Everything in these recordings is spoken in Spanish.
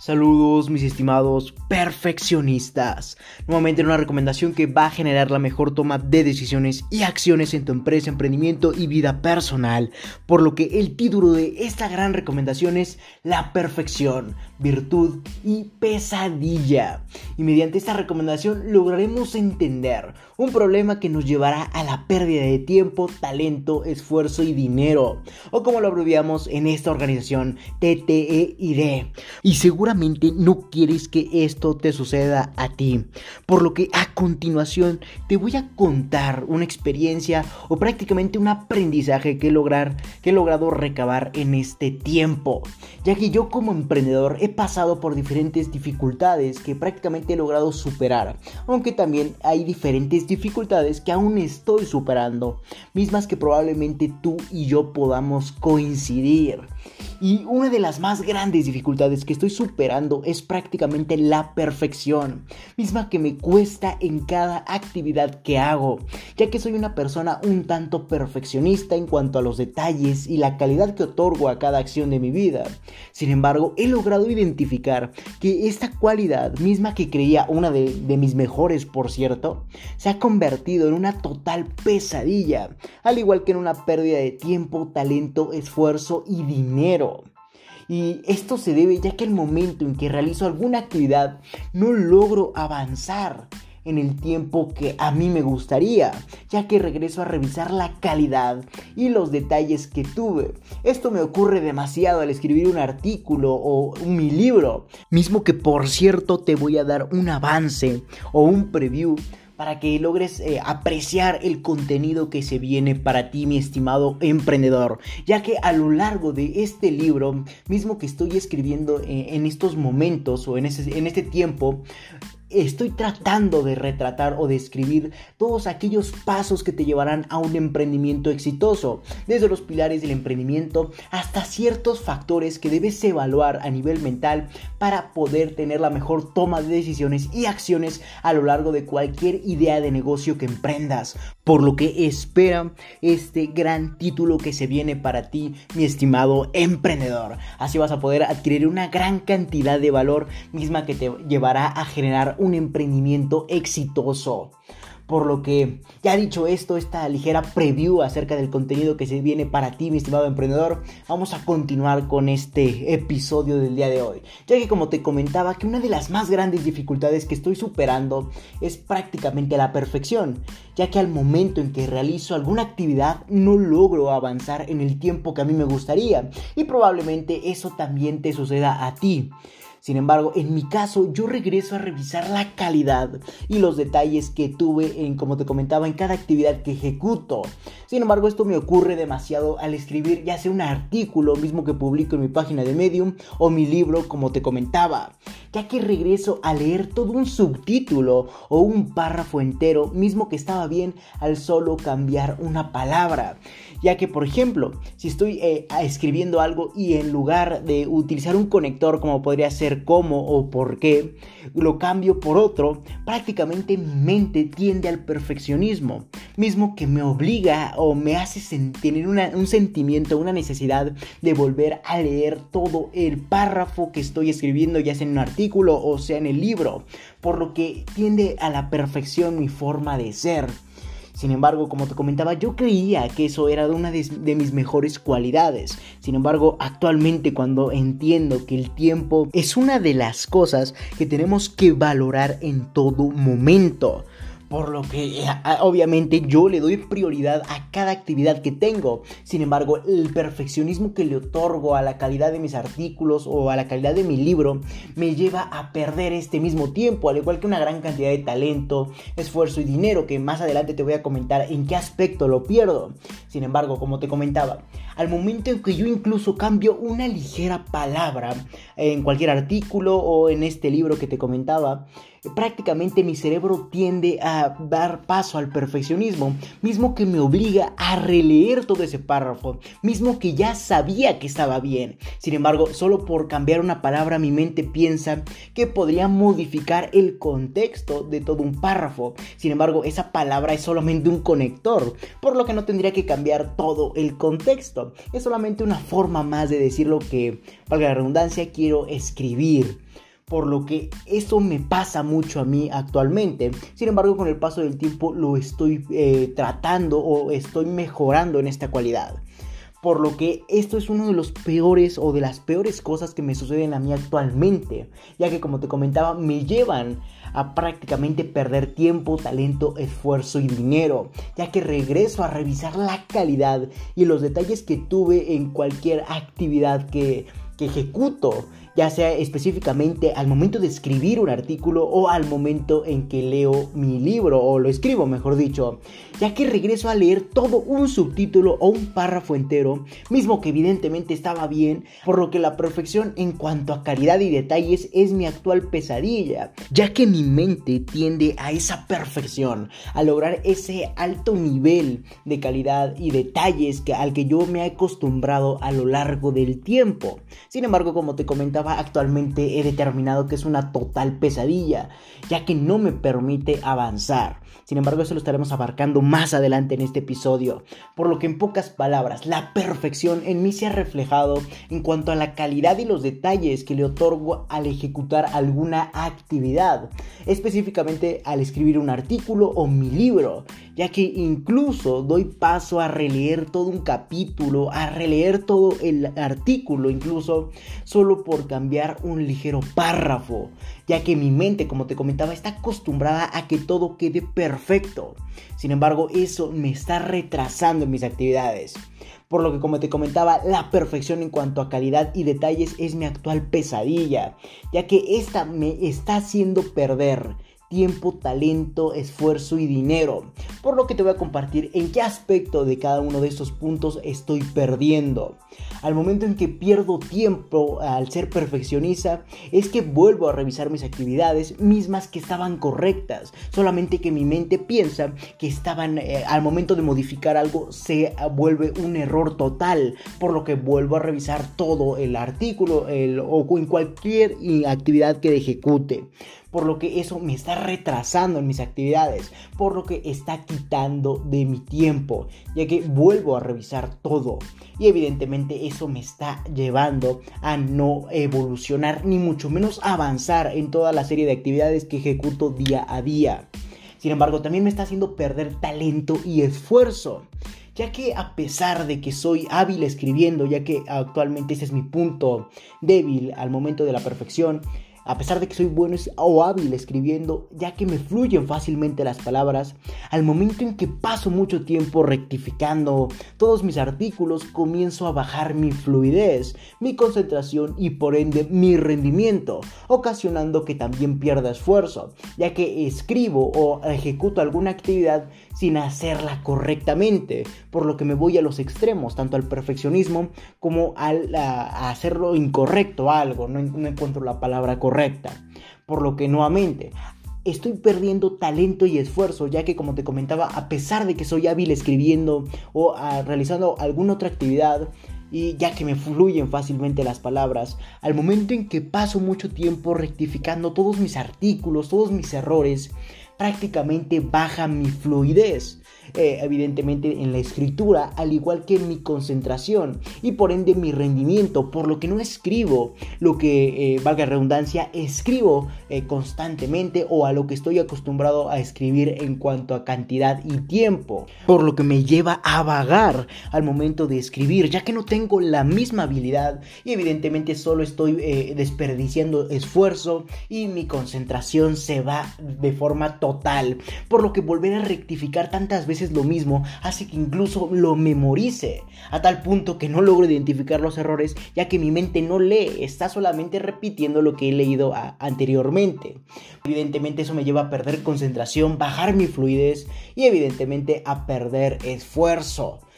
Saludos mis estimados perfeccionistas. Nuevamente una recomendación que va a generar la mejor toma de decisiones y acciones en tu empresa, emprendimiento y vida personal. Por lo que el título de esta gran recomendación es La perfección, virtud y pesadilla. Y mediante esta recomendación lograremos entender un problema que nos llevará a la pérdida de tiempo, talento, esfuerzo y dinero. O como lo abreviamos en esta organización, TTEID. Y seguramente no quieres que esto te suceda a ti, por lo que a continuación te voy a contar una experiencia o prácticamente un aprendizaje que he logrado recabar en este tiempo, ya que yo como emprendedor he pasado por diferentes dificultades que prácticamente he logrado superar, aunque también hay diferentes dificultades que aún estoy superando, mismas que probablemente tú y yo podamos coincidir. Y una de las más grandes dificultades que estoy superando es prácticamente la perfección, misma que me cuesta en cada actividad que hago, ya que soy una persona un tanto perfeccionista en cuanto a los detalles y la calidad que otorgo a cada acción de mi vida. Sin embargo, he logrado identificar que esta cualidad, misma que creía una de mis mejores por cierto, se ha convertido en una total pesadilla, al igual que en una pérdida de tiempo, talento, esfuerzo y dinero. Y esto se debe ya que al momento en que realizo alguna actividad no logro avanzar en el tiempo que a mí me gustaría, ya que regreso a revisar la calidad y los detalles que tuve. Esto me ocurre demasiado al escribir un artículo o mi libro, mismo que por cierto te voy a dar un avance o un preview para que logres apreciar el contenido que se viene para ti, mi estimado emprendedor, ya que a lo largo de este libro, mismo que estoy escribiendo en estos momentos o en este tiempo, estoy tratando de retratar o describir todos aquellos pasos que te llevarán a un emprendimiento exitoso, desde los pilares del emprendimiento hasta ciertos factores que debes evaluar a nivel mental para poder tener la mejor toma de decisiones y acciones a lo largo de cualquier idea de negocio que emprendas. Por lo que espera este gran título que se viene para ti, mi estimado emprendedor. Así vas a poder adquirir una gran cantidad de valor, misma que te llevará a generar un emprendimiento exitoso. Por lo que, ya dicho esto, esta ligera preview acerca del contenido que se viene para ti, mi estimado emprendedor, vamos a continuar con este episodio del día de hoy. Ya que como te comentaba, que una de las más grandes dificultades que estoy superando es prácticamente la perfección, ya que al momento en que realizo alguna actividad no logro avanzar en el tiempo que a mí me gustaría, y probablemente eso también te suceda a ti. Sin embargo, en mi caso, yo regreso a revisar la calidad y los detalles que tuve como te comentaba, en cada actividad que ejecuto. Sin embargo, esto me ocurre demasiado al escribir ya sea un artículo mismo que publico en mi página de Medium o mi libro, como te comentaba, ya que regreso a leer todo un subtítulo o un párrafo entero, mismo que estaba bien al solo cambiar una palabra. Ya que, por ejemplo, si estoy escribiendo algo y en lugar de utilizar un conector como podría ser cómo o por qué, lo cambio por otro, prácticamente mi mente tiende al perfeccionismo, mismo que me obliga o me hace tener un sentimiento, una necesidad de volver a leer todo el párrafo que estoy escribiendo, ya sea en un artículo o sea en el libro, por lo que tiende a la perfección mi forma de ser. Sin embargo, como te comentaba, yo creía que eso era una de mis mejores cualidades. Sin embargo, actualmente cuando entiendo que el tiempo es una de las cosas que tenemos que valorar en todo momento, por lo que obviamente yo le doy prioridad a cada actividad que tengo. Sin embargo, el perfeccionismo que le otorgo a la calidad de mis artículos o a la calidad de mi libro me lleva a perder este mismo tiempo, al igual que una gran cantidad de talento, esfuerzo y dinero, que más adelante te voy a comentar en qué aspecto lo pierdo. Sin embargo, como te comentaba, al momento en que yo incluso cambio una ligera palabra en cualquier artículo o en este libro que te comentaba, prácticamente mi cerebro tiende a dar paso al perfeccionismo, mismo que me obliga a releer todo ese párrafo, mismo que ya sabía que estaba bien. Sin embargo, solo por cambiar una palabra mi mente piensa que podría modificar el contexto de todo un párrafo. Sin embargo, esa palabra es solamente un conector, por lo que no tendría que cambiar todo el contexto. Es solamente una forma más de decir lo que, valga la redundancia, quiero escribir. Por lo que eso me pasa mucho a mí actualmente. Sin embargo, con el paso del tiempo lo estoy tratando o estoy mejorando en esta cualidad. Por lo que esto es uno de los peores o de las peores cosas que me suceden a mí actualmente, ya que, como te comentaba, me llevan a prácticamente perder tiempo, talento, esfuerzo y dinero, ya que regreso a revisar la calidad y los detalles que tuve en cualquier actividad que ejecuto, ya sea específicamente al momento de escribir un artículo o al momento en que leo mi libro, o lo escribo mejor dicho, ya que regreso a leer todo un subtítulo o un párrafo entero, mismo que evidentemente estaba bien, por lo que la perfección en cuanto a calidad y detalles es mi actual pesadilla, ya que mi mente tiende a esa perfección, a lograr ese alto nivel de calidad y detalles al que yo me he acostumbrado a lo largo del tiempo. Sin embargo, como te comentaba, actualmente he determinado que es una total pesadilla, ya que no me permite avanzar. Sin embargo, eso lo estaremos abarcando más adelante en este episodio, por lo que, en pocas palabras, la perfección en mí se ha reflejado en cuanto a la calidad y los detalles que le otorgo al ejecutar alguna actividad, específicamente al escribir un artículo o mi libro, ya que incluso doy paso a releer todo un capítulo, a releer todo el artículo, incluso solo por cambiar un ligero párrafo, ya que mi mente, como te comentaba, está acostumbrada a que todo quede perfecto. Sin embargo, eso me está retrasando en mis actividades. Por lo que, como te comentaba, la perfección en cuanto a calidad y detalles es mi actual pesadilla, ya que esta me está haciendo perder tiempo, talento, esfuerzo y dinero, por lo que te voy a compartir en qué aspecto de cada uno de estos puntos estoy perdiendo. Al momento en que pierdo tiempo al ser perfeccionista, es que vuelvo a revisar mis actividades mismas que estaban correctas, solamente que mi mente piensa que estaban, al momento de modificar algo se vuelve un error total, por lo que vuelvo a revisar todo el artículo o en cualquier actividad que ejecute. Por lo que eso me está retrasando en mis actividades, por lo que está quitando de mi tiempo, ya que vuelvo a revisar todo. Y evidentemente eso me está llevando a no evolucionar, ni mucho menos avanzar en toda la serie de actividades que ejecuto día a día. Sin embargo, también me está haciendo perder talento y esfuerzo, ya que a pesar de que soy hábil escribiendo, ya que actualmente ese es mi punto débil al momento de la perfección, a pesar de que soy bueno o hábil escribiendo, ya que me fluyen fácilmente las palabras, al momento en que paso mucho tiempo rectificando todos mis artículos, comienzo a bajar mi fluidez, mi concentración y por ende mi rendimiento, ocasionando que también pierda esfuerzo, ya que escribo o ejecuto alguna actividad sin hacerla correctamente, por lo que me voy a los extremos, tanto al perfeccionismo como a hacerlo incorrecto algo, no encuentro la palabra correcta, por lo que nuevamente estoy perdiendo talento y esfuerzo, ya que, como te comentaba, a pesar de que soy hábil escribiendo o realizando alguna otra actividad, y ya que me fluyen fácilmente las palabras, al momento en que paso mucho tiempo rectificando todos mis artículos, todos mis errores, prácticamente baja mi fluidez, evidentemente en la escritura, al igual que en mi concentración y por ende mi rendimiento, por lo que no escribo lo que, valga la redundancia, escribo constantemente o a lo que estoy acostumbrado a escribir en cuanto a cantidad y tiempo, por lo que me lleva a vagar al momento de escribir, ya que no tengo la misma habilidad y evidentemente solo estoy desperdiciando esfuerzo y mi concentración se va de forma total, por lo que volver a rectificar tantas veces lo mismo hace que incluso lo memorice, a tal punto que no logro identificar los errores, ya que mi mente no lee, está solamente repitiendo lo que he leído anteriormente. Evidentemente eso me lleva a perder concentración, bajar mi fluidez y evidentemente a perder esfuerzo.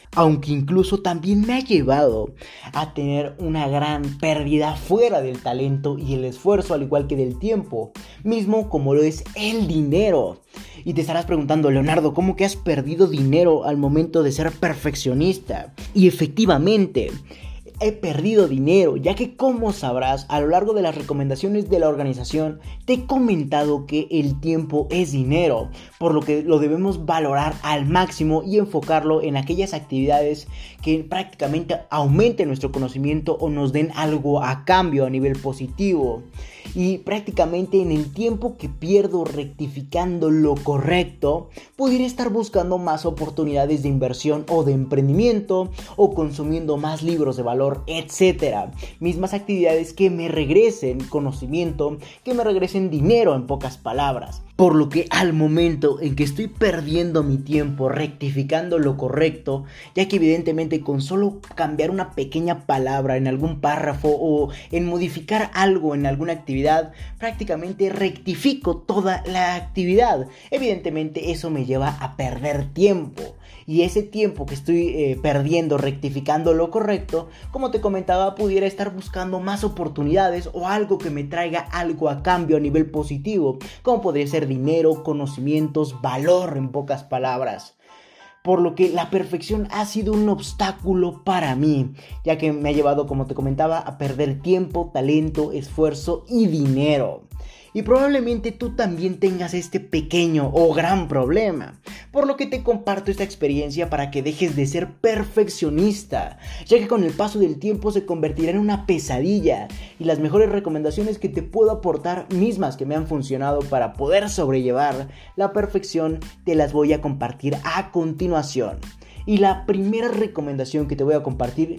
aunque incluso también me ha llevado a tener una gran pérdida fuera del talento y el esfuerzo, al igual que del tiempo, mismo como lo es el dinero. Y te estarás preguntando, Leonardo, ¿cómo que has perdido dinero al momento de ser perfeccionista? Y efectivamente, he perdido dinero, ya que, como sabrás, a lo largo de las recomendaciones de la organización te he comentado que el tiempo es dinero, por lo que lo debemos valorar al máximo y enfocarlo en aquellas actividades que prácticamente aumenten nuestro conocimiento o nos den algo a cambio a nivel positivo. Y prácticamente en el tiempo que pierdo rectificando lo correcto, pudiera estar buscando más oportunidades de inversión o de emprendimiento, o consumiendo más libros de valor, etcétera. Mismas actividades que me regresen conocimiento, que me regresen dinero, en pocas palabras. Por lo que al momento en que estoy perdiendo mi tiempo rectificando lo correcto, ya que evidentemente con solo cambiar una pequeña palabra en algún párrafo o en modificar algo en alguna actividad, prácticamente rectifico toda la actividad. Evidentemente eso me lleva a perder tiempo. Y ese tiempo que estoy perdiendo rectificando lo correcto, como te comentaba, pudiera estar buscando más oportunidades o algo que me traiga algo a cambio a nivel positivo, como podría ser dinero, conocimientos, valor, en pocas palabras. Por lo que la perfección ha sido un obstáculo para mí, ya que me ha llevado, como te comentaba, a perder tiempo, talento, esfuerzo y dinero. Y probablemente tú también tengas este pequeño o gran problema, por lo que te comparto esta experiencia para que dejes de ser perfeccionista, ya que con el paso del tiempo se convertirá en una pesadilla, y las mejores recomendaciones que te puedo aportar, mismas que me han funcionado para poder sobrellevar la perfección, te las voy a compartir a continuación. Y la primera recomendación que te voy a compartir,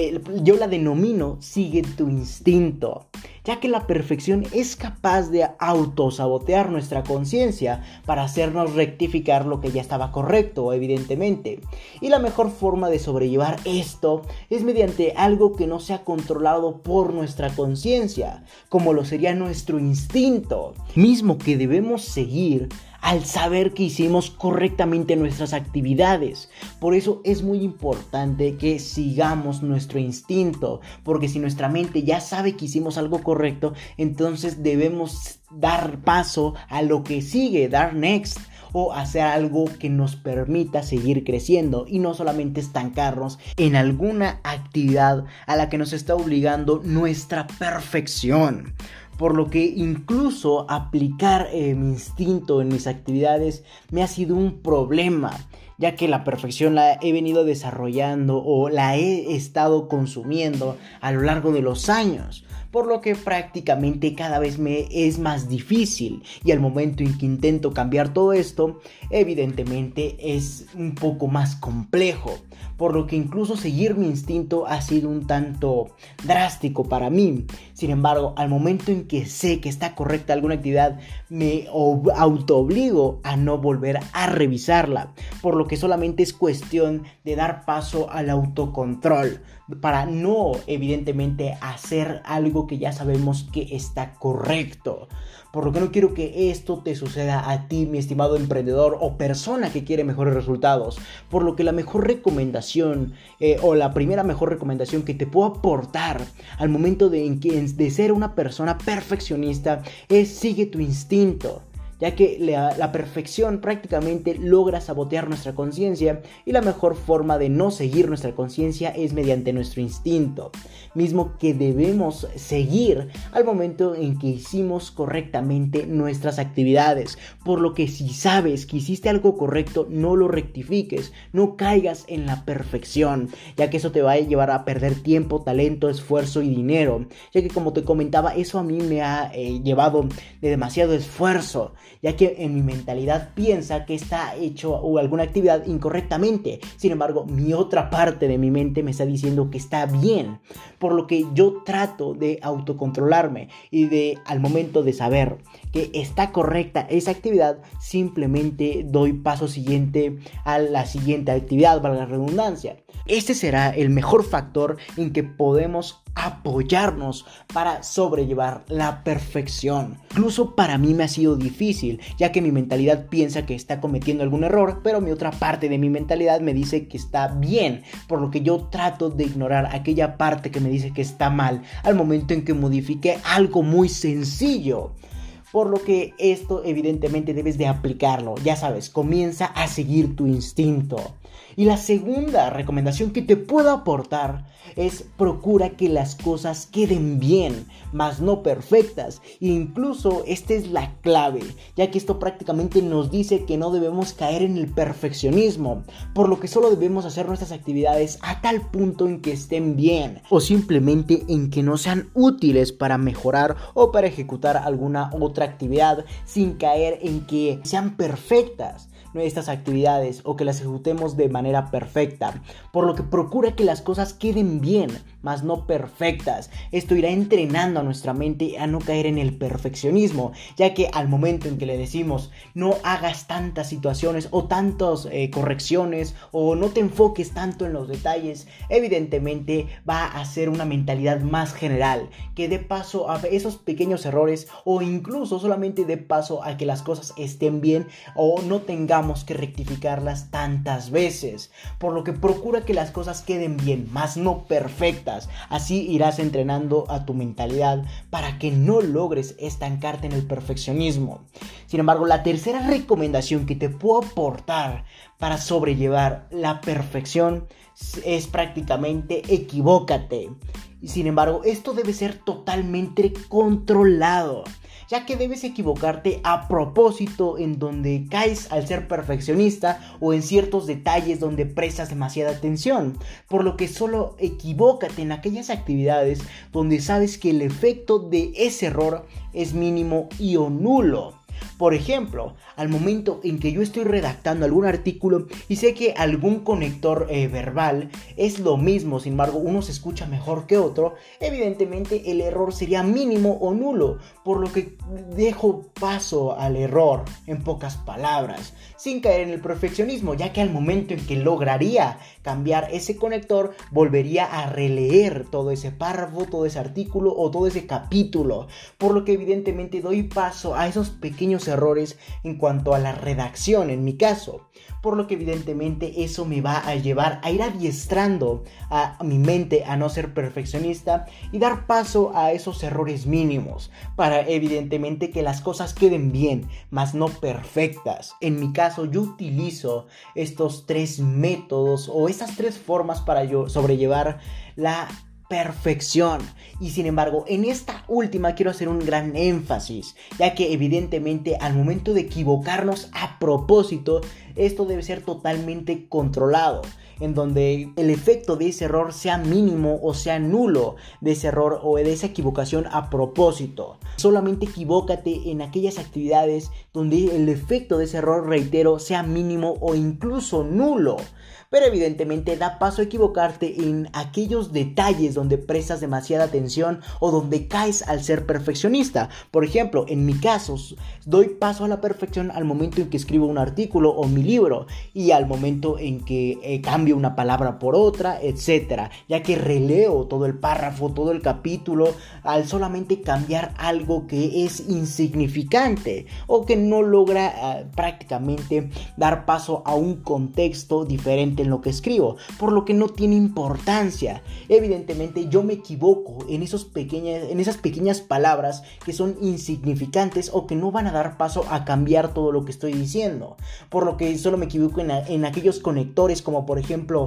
yo la denomino sigue tu instinto, ya que la perfección es capaz de autosabotear nuestra conciencia para hacernos rectificar lo que ya estaba correcto, evidentemente. Y la mejor forma de sobrellevar esto es mediante algo que no sea controlado por nuestra conciencia, como lo sería nuestro instinto, mismo que debemos seguir al saber que hicimos correctamente nuestras actividades. Por eso es muy importante que sigamos nuestro instinto, porque si nuestra mente ya sabe que hicimos algo correcto, entonces debemos dar paso a lo que sigue, dar next, o hacer algo que nos permita seguir creciendo y no solamente estancarnos en alguna actividad a la que nos está obligando nuestra perfección. Por lo que incluso aplicar mi instinto en mis actividades me ha sido un problema, ya que la perfección la he venido desarrollando o la he estado consumiendo a lo largo de los años, por lo que prácticamente cada vez me es más difícil, y al momento en que intento cambiar todo esto, evidentemente es un poco más complejo, por lo que incluso seguir mi instinto ha sido un tanto drástico para mí. Sin embargo, al momento en que sé que está correcta alguna actividad, me autoobligo a no volver a revisarla, por lo que solamente es cuestión de dar paso al autocontrol, para no, evidentemente, hacer algo que ya sabemos que está correcto. Por lo que no quiero que esto te suceda a ti, mi estimado emprendedor o persona que quiere mejores resultados. Por lo que la mejor recomendación o la primera mejor recomendación que te puedo aportar al momento de ser una persona perfeccionista es sigue tu instinto, ya que la perfección prácticamente logra sabotear nuestra conciencia, y la mejor forma de no seguir nuestra conciencia es mediante nuestro instinto, mismo que debemos seguir al momento en que hicimos correctamente nuestras actividades. Por lo que si sabes que hiciste algo correcto, no lo rectifiques, no caigas en la perfección, ya que eso te va a llevar a perder tiempo, talento, esfuerzo y dinero, ya que, como te comentaba, eso a mí me ha llevado de demasiado esfuerzo, ya que en mi mentalidad piensa que está hecho o alguna actividad incorrectamente. Sin embargo, mi otra parte de mi mente me está diciendo que está bien, por lo que yo trato de autocontrolarme y al momento de saber que está correcta esa actividad, simplemente doy paso siguiente a la siguiente actividad, valga la redundancia. Este será el mejor factor en que podemos apoyarnos para sobrellevar la perfección. Incluso para mí me ha sido difícil, ya que mi mentalidad piensa que está cometiendo algún error, pero mi otra parte de mi mentalidad me dice que está bien, por lo que yo trato de ignorar aquella parte que me dice que está mal al momento en que modifique algo muy sencillo. Por lo que esto evidentemente debes de aplicarlo. Ya sabes, comienza a seguir tu instinto. Y la segunda recomendación que te puedo aportar es procura que las cosas queden bien, mas no perfectas. E incluso esta es la clave, ya que esto prácticamente nos dice que no debemos caer en el perfeccionismo, por lo que solo debemos hacer nuestras actividades a tal punto en que estén bien, o simplemente en que no sean útiles para mejorar o para ejecutar alguna otra actividad, sin caer en que sean perfectas estas actividades o que las ejecutemos de manera perfecta, por lo que procura que las cosas queden bien, mas no perfectas. Esto irá entrenando a nuestra mente a no caer en el perfeccionismo, ya que al momento en que le decimos no hagas tantas situaciones o tantas correcciones o no te enfoques tanto en los detalles, evidentemente va a ser una mentalidad más general, que dé paso a esos pequeños errores o incluso solamente dé paso a que las cosas estén bien o no tengamos que rectificarlas tantas veces, por lo que procura que las cosas queden bien, mas no perfectas. Así irás entrenando a tu mentalidad para que no logres estancarte en el perfeccionismo. Sin embargo, la tercera recomendación que te puedo aportar para sobrellevar la perfección es prácticamente equivócate. Sin embargo, esto debe ser totalmente controlado, ya que debes equivocarte a propósito en donde caes al ser perfeccionista o en ciertos detalles donde prestas demasiada atención, por lo que solo equivócate en aquellas actividades donde sabes que el efecto de ese error es mínimo y o nulo. Por ejemplo, al momento en que yo estoy redactando algún artículo y sé que algún conector verbal es lo mismo, sin embargo uno se escucha mejor que otro, evidentemente el error sería mínimo o nulo, por lo que dejo paso al error, en pocas palabras, sin caer en el perfeccionismo, ya que al momento en que lograría cambiar ese conector, volvería a releer todo ese párrafo, todo ese artículo o todo ese capítulo, por lo que evidentemente doy paso a esos pequeños errores en cuanto a la redacción en mi caso, por lo que evidentemente eso me va a llevar a ir adiestrando a mi mente a no ser perfeccionista y dar paso a esos errores mínimos para evidentemente que las cosas queden bien, mas no perfectas. En mi caso yo utilizo estos 3 métodos o estas 3 formas para yo sobrellevar la perfección. Y sin embargo, en esta última quiero hacer un gran énfasis, ya que evidentemente al momento de equivocarnos a propósito, esto debe ser totalmente controlado, en donde el efecto de ese error sea mínimo o sea nulo de ese error o de esa equivocación a propósito. Solamente equivócate en aquellas actividades donde el efecto de ese error, reitero, sea mínimo o incluso nulo. Pero evidentemente da paso a equivocarte en aquellos detalles donde prestas demasiada atención o donde caes al ser perfeccionista. Por ejemplo, en mi caso, doy paso a la perfección al momento en que escribo un artículo o mi libro y al momento en que cambio una palabra por otra, etcétera, ya que releo todo el párrafo, todo el capítulo, al solamente cambiar algo que es insignificante o que no logra prácticamente dar paso a un contexto diferente en lo que escribo, por lo que no tiene importancia. Evidentemente yo me equivoco en esas pequeñas palabras que son insignificantes o que no van a dar paso a cambiar todo lo que estoy diciendo, por lo que solo me equivoco en aquellos conectores como por ejemplo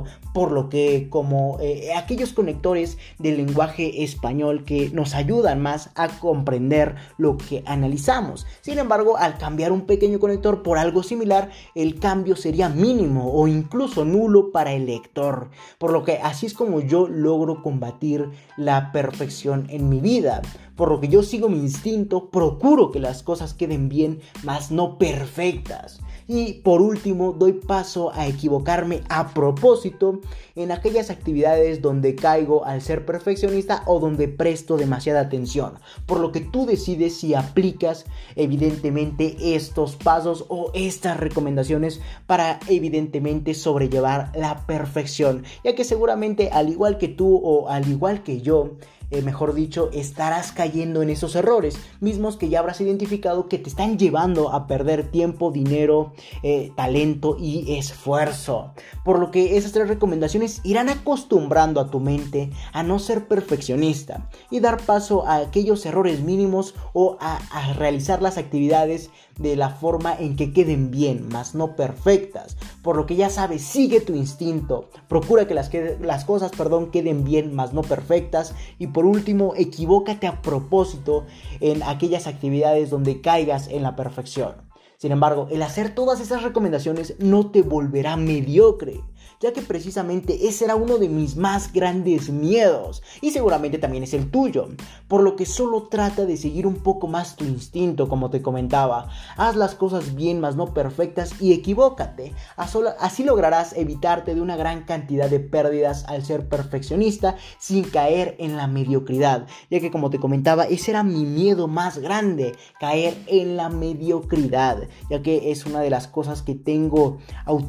aquellos conectores del lenguaje español que nos ayudan más a comprender lo que analizamos. Sin embargo, al cambiar un pequeño conector por algo similar, el cambio sería mínimo o incluso nulo para el lector, por lo que así es como yo logro combatir la perfección en mi vida, por lo que yo sigo mi instinto, procuro que las cosas queden bien, mas no perfectas. Y por último, doy paso a equivocarme a propósito en aquellas actividades donde caigo al ser perfeccionista o donde presto demasiada atención. Por lo que tú decides si aplicas evidentemente estos pasos o estas recomendaciones para evidentemente sobrellevar la perfección. Ya que seguramente al igual que tú o al igual que yo, mejor dicho, estarás cayendo en esos errores mismos que ya habrás identificado que te están llevando a perder tiempo, dinero, talento y esfuerzo. Por lo que esas 3 recomendaciones irán acostumbrando a tu mente a no ser perfeccionista y dar paso a aquellos errores mínimos o a realizar las actividades de la forma en que queden bien, mas no perfectas. Por lo que ya sabes, sigue tu instinto, procura que las cosas queden bien, mas no perfectas. Y por último, equivócate a propósito en aquellas actividades donde caigas en la perfección. Sin embargo, el hacer todas esas recomendaciones no te volverá mediocre, ya que precisamente ese era uno de mis más grandes miedos y seguramente también es el tuyo, por lo que solo trata de seguir un poco más tu instinto, como te comentaba. Haz las cosas bien, mas no perfectas, y equivócate. Así lograrás evitarte de una gran cantidad de pérdidas al ser perfeccionista sin caer en la mediocridad, ya que como te comentaba, ese era mi miedo más grande, caer en la mediocridad, ya que es una de las cosas que tengo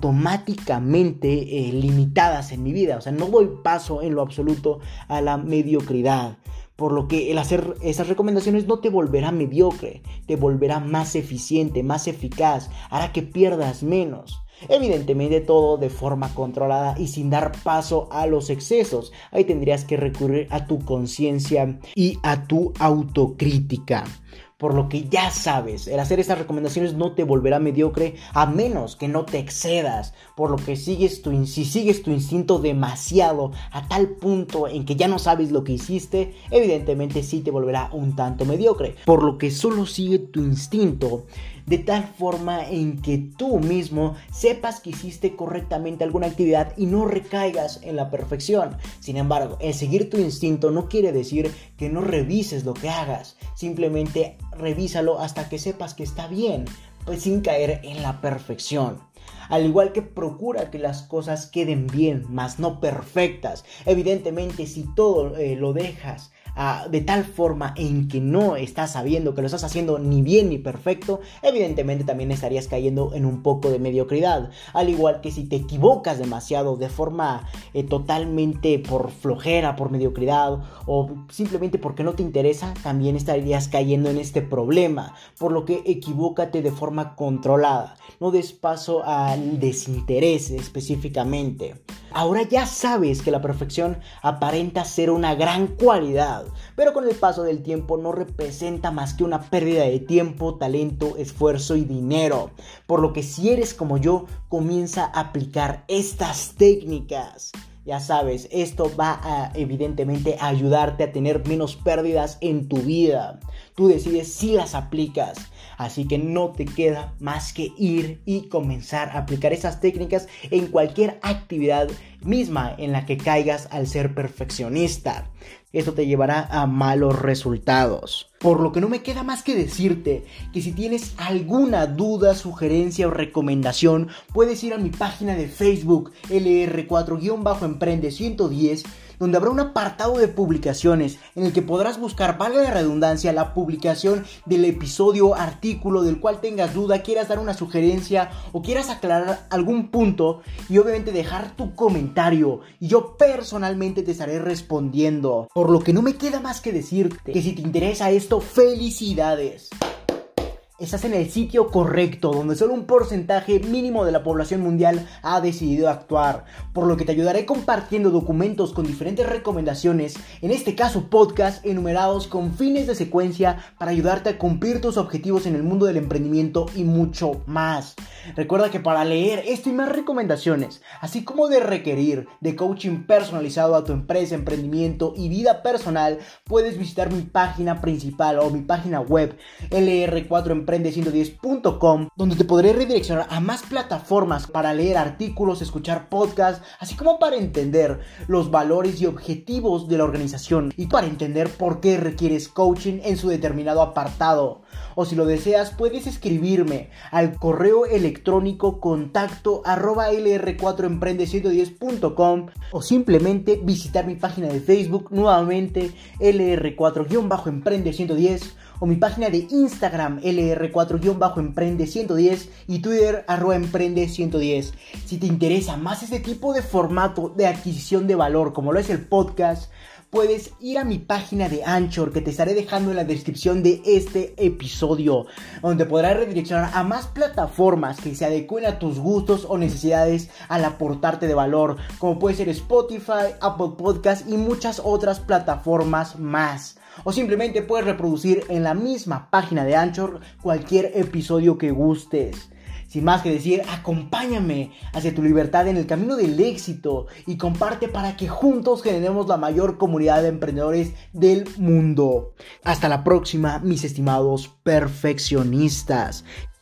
automáticamente limitadas en mi vida. O sea, no doy paso en lo absoluto a la mediocridad. Por lo que el hacer esas recomendaciones no te volverá mediocre, te volverá más eficiente, más eficaz, hará que pierdas menos. Evidentemente todo de forma controlada y sin dar paso a los excesos. Ahí tendrías que recurrir a tu conciencia y a tu autocrítica. Por lo que ya sabes, el hacer estas recomendaciones no te volverá mediocre a menos que no te excedas. Por lo que si sigues tu instinto demasiado a tal punto en que ya no sabes lo que hiciste, evidentemente sí te volverá un tanto mediocre. Por lo que solo sigue tu instinto de tal forma en que tú mismo sepas que hiciste correctamente alguna actividad y no recaigas en la perfección. Sin embargo, el seguir tu instinto no quiere decir que no revises lo que hagas. Simplemente revísalo hasta que sepas que está bien, pues sin caer en la perfección. Al igual que procura que las cosas queden bien, mas no perfectas. Evidentemente, si todo lo dejas de tal forma en que no estás sabiendo que lo estás haciendo ni bien ni perfecto, evidentemente también estarías cayendo en un poco de mediocridad. Al igual que si te equivocas demasiado de forma totalmente por flojera, por mediocridad o simplemente porque no te interesa, también estarías cayendo en este problema. Por lo que equivócate de forma controlada, no des paso al desinterés específicamente. Ahora ya sabes que la perfección aparenta ser una gran cualidad, pero con el paso del tiempo no representa más que una pérdida de tiempo, talento, esfuerzo y dinero. Por lo que si eres como yo, comienza a aplicar estas técnicas. Ya sabes, esto va a evidentemente ayudarte a tener menos pérdidas en tu vida. Tú decides si las aplicas. Así que no te queda más que ir y comenzar a aplicar esas técnicas en cualquier actividad misma en la que caigas al ser perfeccionista. Esto te llevará a malos resultados. Por lo que no me queda más que decirte que si tienes alguna duda, sugerencia o recomendación, puedes ir a mi página de Facebook LR4-Emprende 110, donde habrá un apartado de publicaciones en el que podrás buscar, valga la redundancia, la publicación del episodio, artículo del cual tengas duda, quieras dar una sugerencia o quieras aclarar algún punto, y obviamente dejar tu comentario y yo personalmente te estaré respondiendo. Por lo que no me queda más que decirte que si te interesa esto, ¡felicidades! Estás en el sitio correcto, donde solo un porcentaje mínimo de la población mundial ha decidido actuar, por lo que te ayudaré compartiendo documentos con diferentes recomendaciones, en este caso podcast, enumerados con fines de secuencia para ayudarte a cumplir tus objetivos en el mundo del emprendimiento y mucho más. Recuerda que para leer esto y más recomendaciones, así como de requerir de coaching personalizado a tu empresa, emprendimiento y vida personal, puedes visitar mi página principal o mi página web LR4Emprende emprende110.com, donde te podré redireccionar a más plataformas para leer artículos, escuchar podcasts, así como para entender los valores y objetivos de la organización y para entender por qué requieres coaching en su determinado apartado. O si lo deseas, puedes escribirme al correo electrónico contacto@lr4emprende110.com o simplemente visitar mi página de Facebook, nuevamente LR4-Emprende110, o mi página de Instagram LR4-Emprende110 y Twitter @Emprende110. Si te interesa más este tipo de formato de adquisición de valor como lo es el podcast, puedes ir a mi página de Anchor, que te estaré dejando en la descripción de este episodio, donde podrás redireccionar a más plataformas que se adecúen a tus gustos o necesidades al aportarte de valor, como puede ser Spotify, Apple Podcast y muchas otras plataformas más. O simplemente puedes reproducir en la misma página de Anchor cualquier episodio que gustes. Sin más que decir, acompáñame hacia tu libertad en el camino del éxito y comparte para que juntos generemos la mayor comunidad de emprendedores del mundo. Hasta la próxima, mis estimados perfeccionistas.